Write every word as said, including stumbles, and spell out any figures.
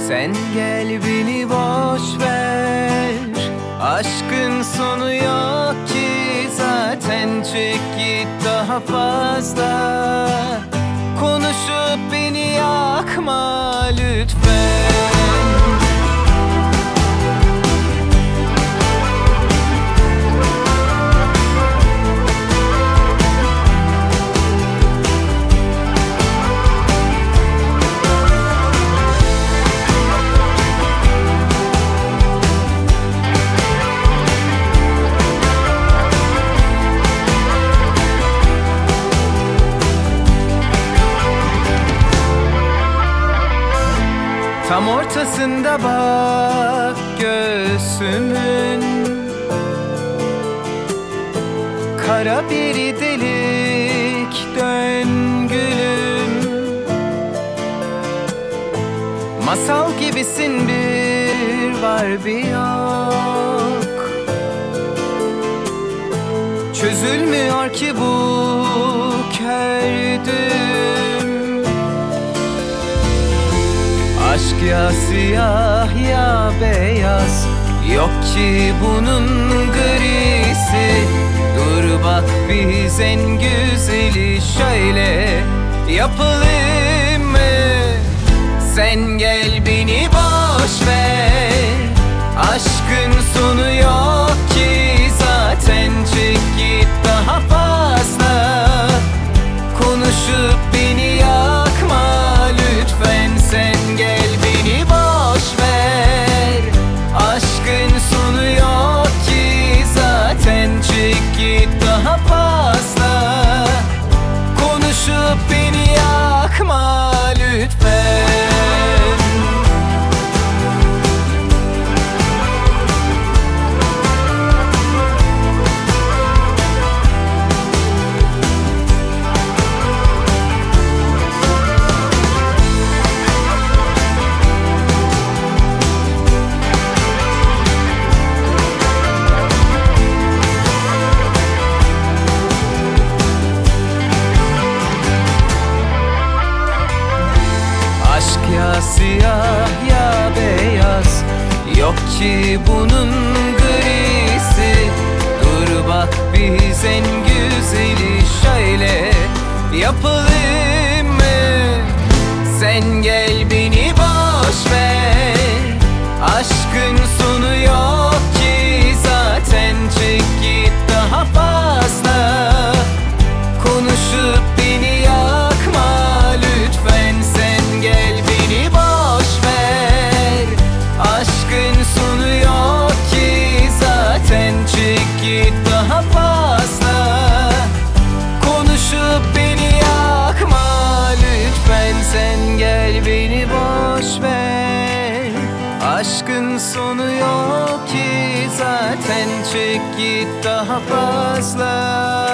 Sen gel beni boş ver, aşkın sonu yok ki zaten. Çek git daha fazla, konuşup beni yakma lütfen. Tam ortasında bak göğsümün, kara bir delik dön gülüm. Masal gibisin, bir var bir yok. Çözülmüyor ki bu kördüm. Aşk ya siyah ya beyaz, yok ki bunun grisi. Dur bak biz en güzeli şöyle yapalım mı? Sen gel beni boş ver, aşkın sonu yok ki zaten. Çek git daha fazla, konuşup beni yakma lütfen. Sen gel beni boş ver, aşkın sonu yok ki zaten. Çek git daha fazla, konuşup beni yakma lütfen. Ya siyah ya beyaz, yok ki bunun grisi. Dur bak biz en güzeli şöyle yapalım mı? Sen gel beni boş ver, aşkın sonu yok ki zaten. Çek git daha fazla, konuşup beni yakma lütfen. Sen gel beni boş ver, aşkın sonu yok ki zaten. Çek git daha fazla, konuşup beni yakma lütfen. Sen gel beni boş ver, aşkın sonu yok ki zaten. Çek git daha fazla,